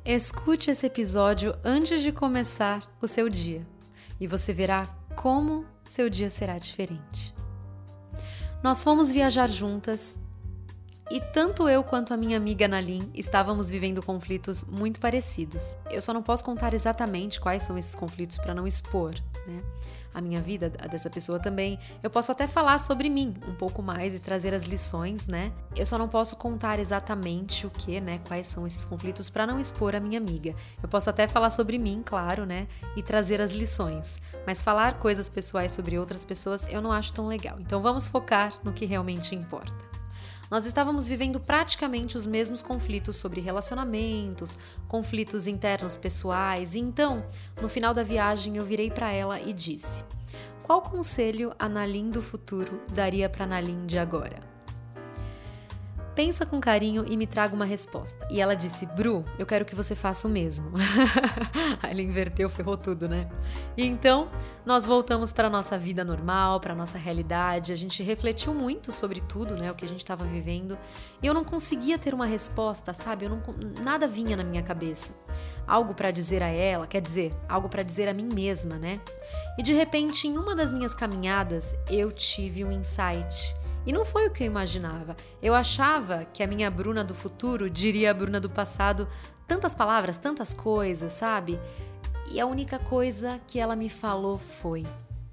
Escute esse episódio antes de começar o seu dia e você verá como seu dia será diferente. Nós fomos viajar juntas e tanto eu quanto a minha amiga Naline estávamos vivendo conflitos muito parecidos. Eu só não posso contar exatamente quais são esses conflitos para não expor, né? A minha vida, a dessa pessoa também. Eu posso até falar sobre mim um pouco mais e trazer as lições, né? Eu só não posso contar exatamente o que, né? Quais são esses conflitos para não expor a minha amiga. Eu posso até falar sobre mim, claro, né? E trazer as lições. Mas falar coisas pessoais sobre outras pessoas eu não acho tão legal. Então vamos focar no que realmente importa. Nós estávamos vivendo praticamente os mesmos conflitos sobre relacionamentos, conflitos internos pessoais, e então, no final da viagem, eu virei para ela e disse: qual conselho a Naline do futuro daria para a Naline de agora? Pensa com carinho e me traga uma resposta. E ela disse: Bru, eu quero que você faça o mesmo. Aí ela inverteu, ferrou tudo, né? E então, nós voltamos para a nossa vida normal, para a nossa realidade. A gente refletiu muito sobre tudo, né? O que a gente estava vivendo. E eu não conseguia ter uma resposta, sabe? Nada vinha na minha cabeça. Algo para dizer a ela, quer dizer, algo para dizer a mim mesma, né? E de repente, em uma das minhas caminhadas, eu tive um insight. E não foi o que eu imaginava. Eu achava que a minha Bruna do futuro diria a Bruna do passado tantas palavras, tantas coisas, sabe? E a única coisa que ela me falou foi: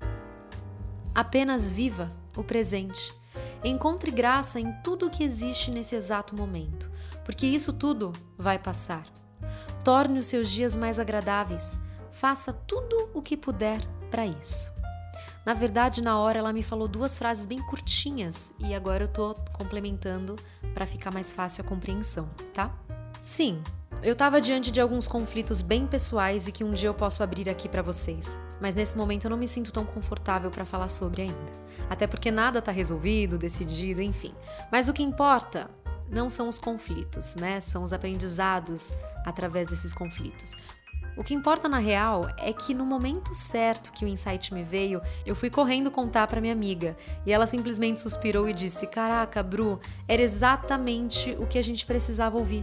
apenas viva o presente. Encontre graça em tudo o que existe nesse exato momento, porque isso tudo vai passar. Torne os seus dias mais agradáveis. Faça tudo o que puder para isso. Na verdade, na hora ela me falou 2 frases bem curtinhas e agora eu tô complementando para ficar mais fácil a compreensão, tá? Sim, eu tava diante de alguns conflitos bem pessoais e que um dia eu posso abrir aqui para vocês, mas nesse momento eu não me sinto tão confortável para falar sobre ainda. Até porque nada tá resolvido, decidido, enfim. Mas o que importa não são os conflitos, né? São os aprendizados através desses conflitos. O que importa na real é que no momento certo que o insight me veio, eu fui correndo contar para minha amiga e ela simplesmente suspirou e disse: caraca, Bru, era exatamente o que a gente precisava ouvir.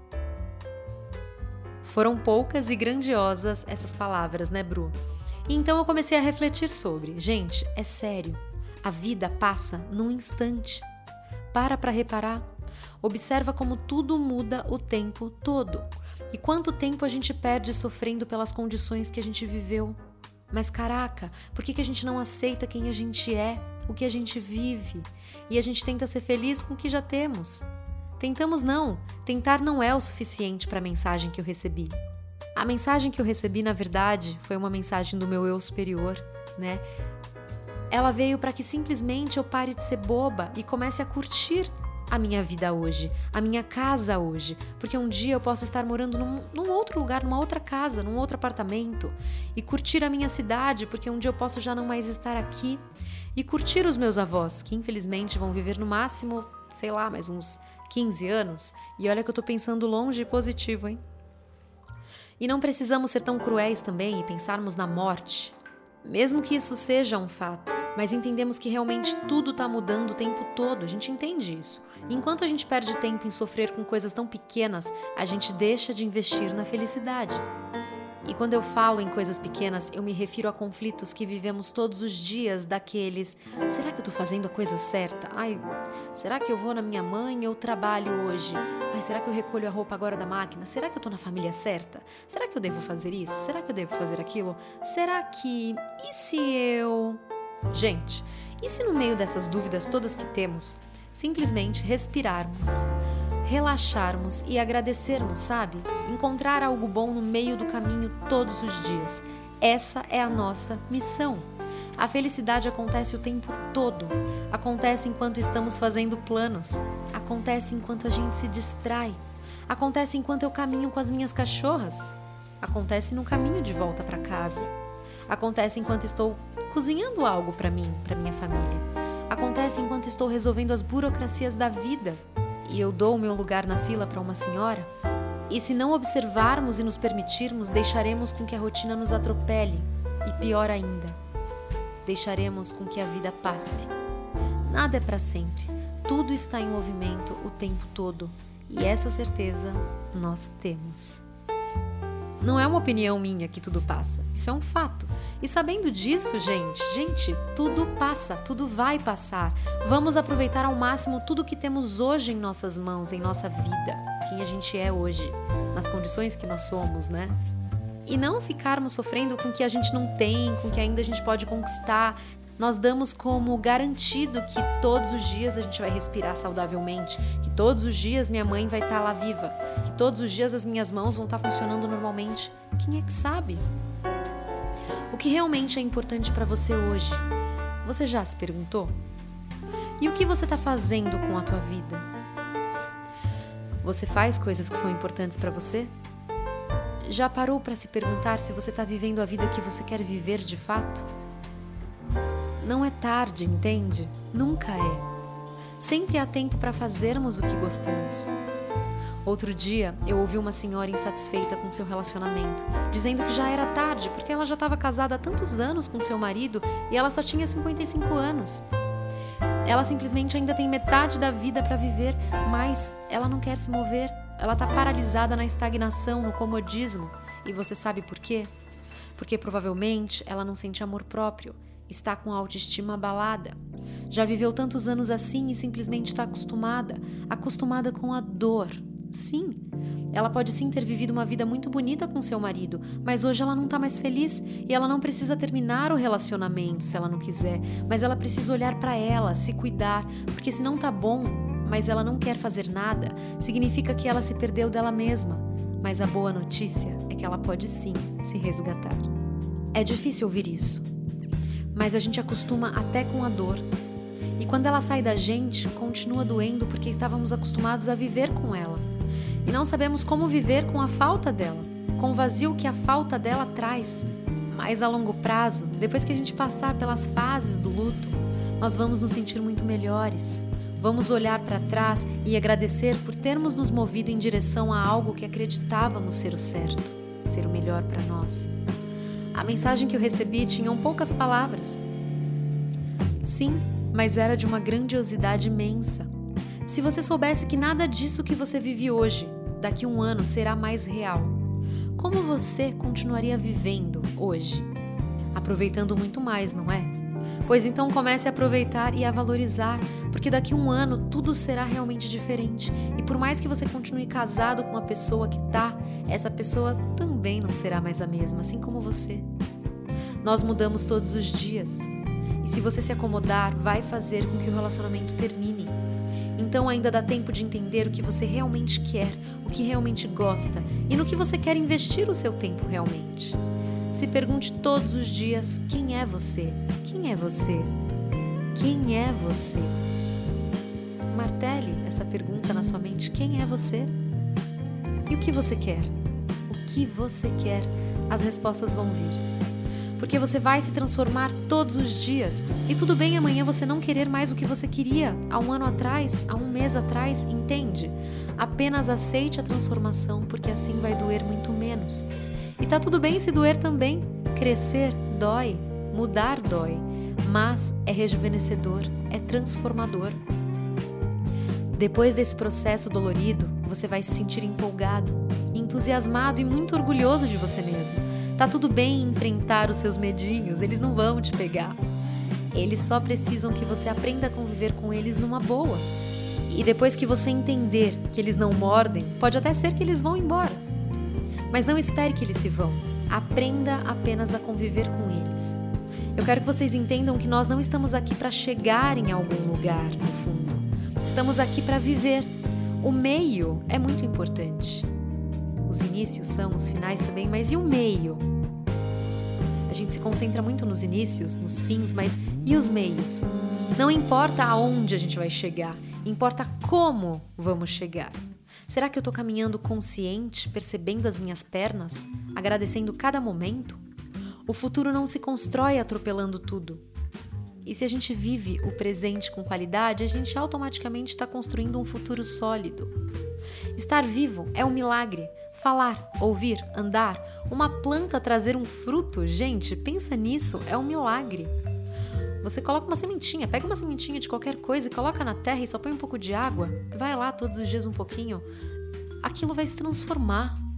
Foram poucas e grandiosas essas palavras, né, Bru? E então eu comecei a refletir sobre: gente, é sério, a vida passa num instante. Para reparar. Observa como tudo muda o tempo todo. E quanto tempo a gente perde sofrendo pelas condições que a gente viveu. Mas caraca, por que a gente não aceita quem a gente é, o que a gente vive? E a gente tenta ser feliz com o que já temos. Tentamos não. Tentar não é o suficiente para a mensagem que eu recebi. A mensagem que eu recebi, na verdade, foi uma mensagem do meu eu superior, né? Ela veio para que simplesmente eu pare de ser boba e comece a curtir a minha vida hoje, a minha casa hoje, porque um dia eu posso estar morando num outro lugar, numa outra casa, num outro apartamento, e curtir a minha cidade, porque um dia eu posso já não mais estar aqui, e curtir os meus avós, que infelizmente vão viver no máximo, sei lá, mais uns 15 anos, e olha que eu tô pensando longe e positivo, hein? E não precisamos ser tão cruéis também e pensarmos na morte, mesmo que isso seja um fato, mas entendemos que realmente tudo está mudando o tempo todo, a gente entende isso. E enquanto a gente perde tempo em sofrer com coisas tão pequenas, a gente deixa de investir na felicidade. E quando eu falo em coisas pequenas, eu me refiro a conflitos que vivemos todos os dias daqueles: será que eu tô fazendo a coisa certa? Ai, será que eu vou na minha mãe ou trabalho hoje? Ai, será que eu recolho a roupa agora da máquina? Será que eu tô na família certa? Será que eu devo fazer isso? Será que eu devo fazer aquilo? Será que... E se eu... Gente, e se no meio dessas dúvidas todas que temos, simplesmente respirarmos, relaxarmos e agradecermos, sabe? Encontrar algo bom no meio do caminho todos os dias. Essa é a nossa missão. A felicidade acontece o tempo todo. Acontece enquanto estamos fazendo planos. Acontece enquanto a gente se distrai. Acontece enquanto eu caminho com as minhas cachorras. Acontece no caminho de volta para casa. Acontece enquanto estou cozinhando algo para mim, para minha família. Acontece enquanto estou resolvendo as burocracias da vida e eu dou o meu lugar na fila para uma senhora. E se não observarmos e nos permitirmos, deixaremos com que a rotina nos atropele. E pior ainda, deixaremos com que a vida passe. Nada é para sempre. Tudo está em movimento o tempo todo. E essa certeza nós temos. Não é uma opinião minha que tudo passa. Isso é um fato. E sabendo disso, gente, tudo passa, tudo vai passar. Vamos aproveitar ao máximo tudo que temos hoje em nossas mãos, em nossa vida. Quem a gente é hoje, nas condições que nós somos, né? E não ficarmos sofrendo com o que a gente não tem, com o que ainda a gente pode conquistar. Nós damos como garantido que todos os dias a gente vai respirar saudavelmente, que todos os dias minha mãe vai estar lá viva, que todos os dias as minhas mãos vão estar funcionando normalmente. Quem é que sabe? O que realmente é importante para você hoje? Você já se perguntou? E o que você está fazendo com a tua vida? Você faz coisas que são importantes para você? Já parou para se perguntar se você está vivendo a vida que você quer viver de fato? Não é tarde, entende? Nunca é. Sempre há tempo para fazermos o que gostamos. Outro dia, eu ouvi uma senhora insatisfeita com seu relacionamento, dizendo que já era tarde porque ela já estava casada há tantos anos com seu marido e ela só tinha 55 anos. Ela simplesmente ainda tem metade da vida para viver, mas ela não quer se mover. Ela está paralisada na estagnação, no comodismo. E você sabe por quê? Porque provavelmente ela não sente amor próprio. Está com a autoestima abalada. Já viveu tantos anos assim e simplesmente está acostumada com a dor. Sim, ela pode sim ter vivido uma vida muito bonita com seu marido, mas hoje ela não está mais feliz e ela não precisa terminar o relacionamento se ela não quiser, mas ela precisa olhar para ela, se cuidar, porque se não tá bom, mas ela não quer fazer nada, significa que ela se perdeu dela mesma. Mas a boa notícia é que ela pode sim se resgatar. É difícil ouvir isso, mas a gente acostuma até com a dor. E quando ela sai da gente, continua doendo porque estávamos acostumados a viver com ela. E não sabemos como viver com a falta dela, com o vazio que a falta dela traz. Mas a longo prazo, depois que a gente passar pelas fases do luto, nós vamos nos sentir muito melhores. Vamos olhar para trás e agradecer por termos nos movido em direção a algo que acreditávamos ser o certo, ser o melhor para nós. A mensagem que eu recebi tinha poucas palavras. Sim, mas era de uma grandiosidade imensa. Se você soubesse que nada disso que você vive hoje, daqui a um ano, será mais real, como você continuaria vivendo hoje? Aproveitando muito mais, não é? Pois então comece a aproveitar e a valorizar, porque daqui a um ano tudo será realmente diferente. E por mais que você continue casado com a pessoa que tá, essa pessoa também não será mais a mesma, assim como você. Nós mudamos todos os dias. E se você se acomodar, vai fazer com que o relacionamento termine. Então ainda dá tempo de entender o que você realmente quer, o que realmente gosta e no que você quer investir o seu tempo realmente. Se pergunte todos os dias: quem é você? Quem é você? Quem é você? Martele essa pergunta na sua mente: quem é você? E o que você quer? O que você quer? As respostas vão vir. Porque você vai se transformar todos os dias. E tudo bem amanhã você não querer mais o que você queria há um ano atrás, há um mês atrás, entende? Apenas aceite a transformação, porque assim vai doer muito menos. E tá tudo bem se doer também. Crescer dói, mudar dói, mas é rejuvenescedor, é transformador. Depois desse processo dolorido, você vai se sentir empolgado, entusiasmado e muito orgulhoso de você mesmo. Tá tudo bem enfrentar os seus medinhos, eles não vão te pegar. Eles só precisam que você aprenda a conviver com eles numa boa. E depois que você entender que eles não mordem, pode até ser que eles vão embora. Mas não espere que eles se vão. Aprenda apenas a conviver com eles. Eu quero que vocês entendam que nós não estamos aqui para chegar em algum lugar, no fundo. Estamos aqui para viver. O meio é muito importante. Os inícios são, os finais também, mas e o meio? A gente se concentra muito nos inícios, nos fins, mas e os meios? Não importa aonde a gente vai chegar, importa como vamos chegar. Será que eu estou caminhando consciente, percebendo as minhas pernas, agradecendo cada momento? O futuro não se constrói atropelando tudo. E se a gente vive o presente com qualidade, a gente automaticamente está construindo um futuro sólido. Estar vivo é um milagre. Falar, ouvir, andar, uma planta trazer um fruto, gente, pensa nisso, é um milagre. Você coloca uma sementinha, pega uma sementinha de qualquer coisa e coloca na terra e só põe um pouco de água, vai lá todos os dias um pouquinho, aquilo vai se transformar.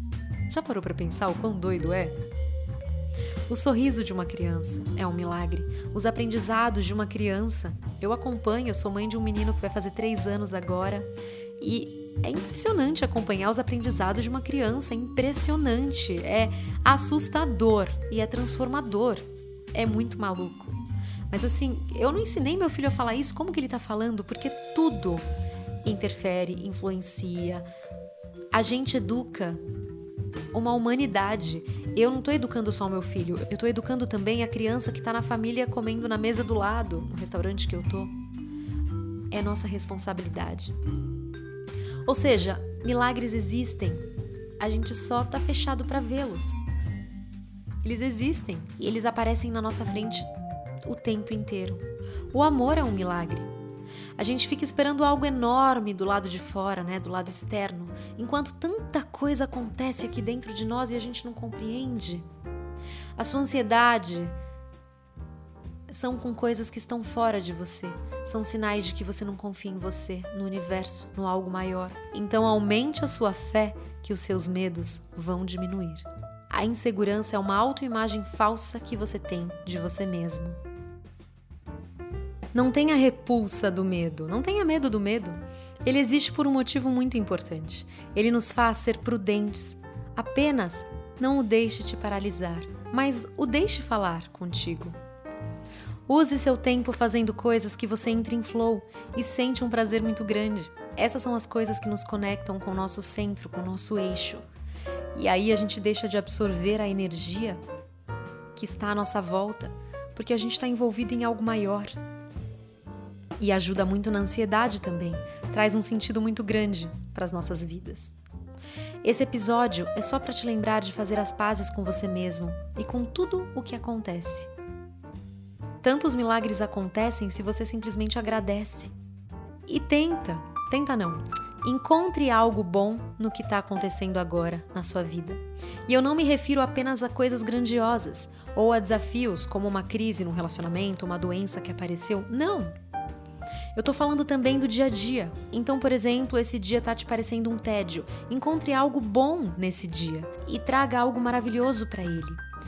Já parou para pensar o quão doido é? O sorriso de uma criança é um milagre. Os aprendizados de uma criança. Eu acompanho, eu sou mãe de um menino que vai fazer 3 anos agora. E é impressionante acompanhar os aprendizados de uma criança. É impressionante, é assustador e é transformador. É muito maluco. Mas assim, eu não ensinei meu filho a falar isso. Como que ele tá falando? Porque tudo interfere, influencia. A gente educa uma humanidade. Eu não estou educando só o meu filho, eu estou educando também a criança que está na família comendo na mesa do lado, no restaurante que eu tô. É nossa responsabilidade. Ou seja, milagres existem, a gente só está fechado para vê-los. Eles existem e eles aparecem na nossa frente o tempo inteiro. O amor é um milagre. A gente fica esperando algo enorme do lado de fora, né, do lado externo, enquanto tanta coisa acontece aqui dentro de nós e a gente não compreende. A sua ansiedade são com coisas que estão fora de você. São sinais de que você não confia em você, no universo, no algo maior. Então aumente a sua fé que os seus medos vão diminuir. A insegurança é uma autoimagem falsa que você tem de você mesmo. Não tenha repulsa do medo, não tenha medo do medo. Ele existe por um motivo muito importante. Ele nos faz ser prudentes. Apenas não o deixe te paralisar, mas o deixe falar contigo. Use seu tempo fazendo coisas que você entra em flow e sente um prazer muito grande. Essas são as coisas que nos conectam com o nosso centro, com o nosso eixo. E aí a gente deixa de absorver a energia que está à nossa volta, porque a gente está envolvido em algo maior. E ajuda muito na ansiedade também, traz um sentido muito grande para as nossas vidas. Esse episódio é só para te lembrar de fazer as pazes com você mesmo e com tudo o que acontece. Tantos milagres acontecem se você simplesmente agradece. E tenta não, encontre algo bom no que está acontecendo agora na sua vida. E eu não me refiro apenas a coisas grandiosas ou a desafios como uma crise num relacionamento, uma doença que apareceu. Não! Eu tô falando também do dia a dia. Então, por exemplo, esse dia tá te parecendo um tédio. Encontre algo bom nesse dia e traga algo maravilhoso para ele.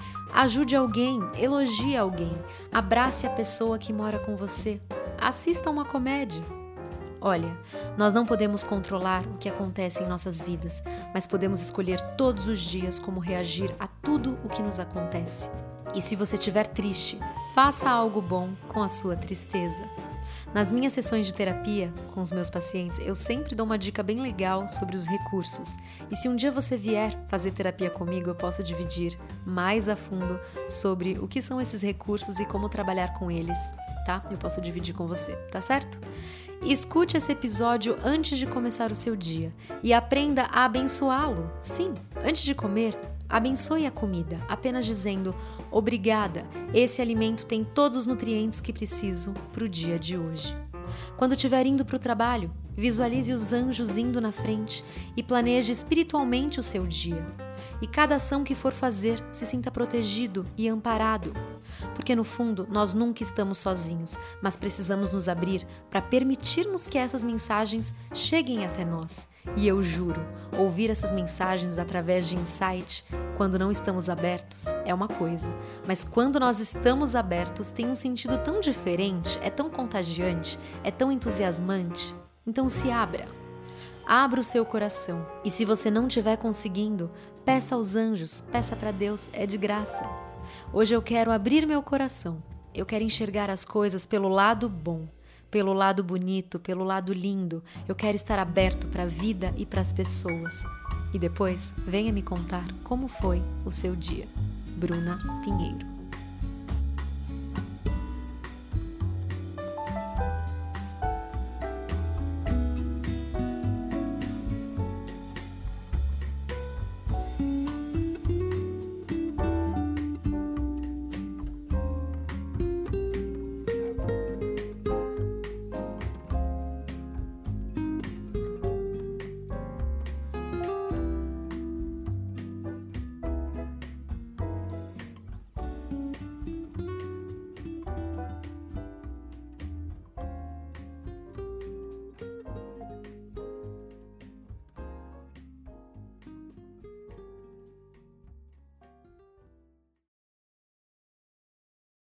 Ajude alguém, elogie alguém, abrace a pessoa que mora com você. Assista uma comédia. Olha, nós não podemos controlar o que acontece em nossas vidas, mas podemos escolher todos os dias como reagir a tudo o que nos acontece. E se você estiver triste, faça algo bom com a sua tristeza. Nas minhas sessões de terapia com os meus pacientes, eu sempre dou uma dica bem legal sobre os recursos. E se um dia você vier fazer terapia comigo, eu posso dividir mais a fundo sobre o que são esses recursos e como trabalhar com eles, tá? Eu posso dividir com você, tá certo? Escute esse episódio antes de começar o seu dia e aprenda a abençoá-lo. Sim, antes de comer, abençoe a comida, apenas dizendo: obrigada, esse alimento tem todos os nutrientes que preciso para o dia de hoje. Quando estiver indo para o trabalho, visualize os anjos indo na frente e planeje espiritualmente o seu dia. E cada ação que for fazer, se sinta protegido e amparado. Porque no fundo, nós nunca estamos sozinhos, mas precisamos nos abrir para permitirmos que essas mensagens cheguem até nós. E eu juro, ouvir essas mensagens através de insight, quando não estamos abertos, é uma coisa. Mas quando nós estamos abertos, tem um sentido tão diferente, é tão contagiante, é tão entusiasmante. Então se abra. Abra o seu coração. E se você não estiver conseguindo, peça aos anjos, peça para Deus, é de graça. Hoje eu quero abrir meu coração. Eu quero enxergar as coisas pelo lado bom, pelo lado bonito, pelo lado lindo. Eu quero estar aberto para a vida e para as pessoas. E depois, venha me contar como foi o seu dia. Bruna Pinheiro.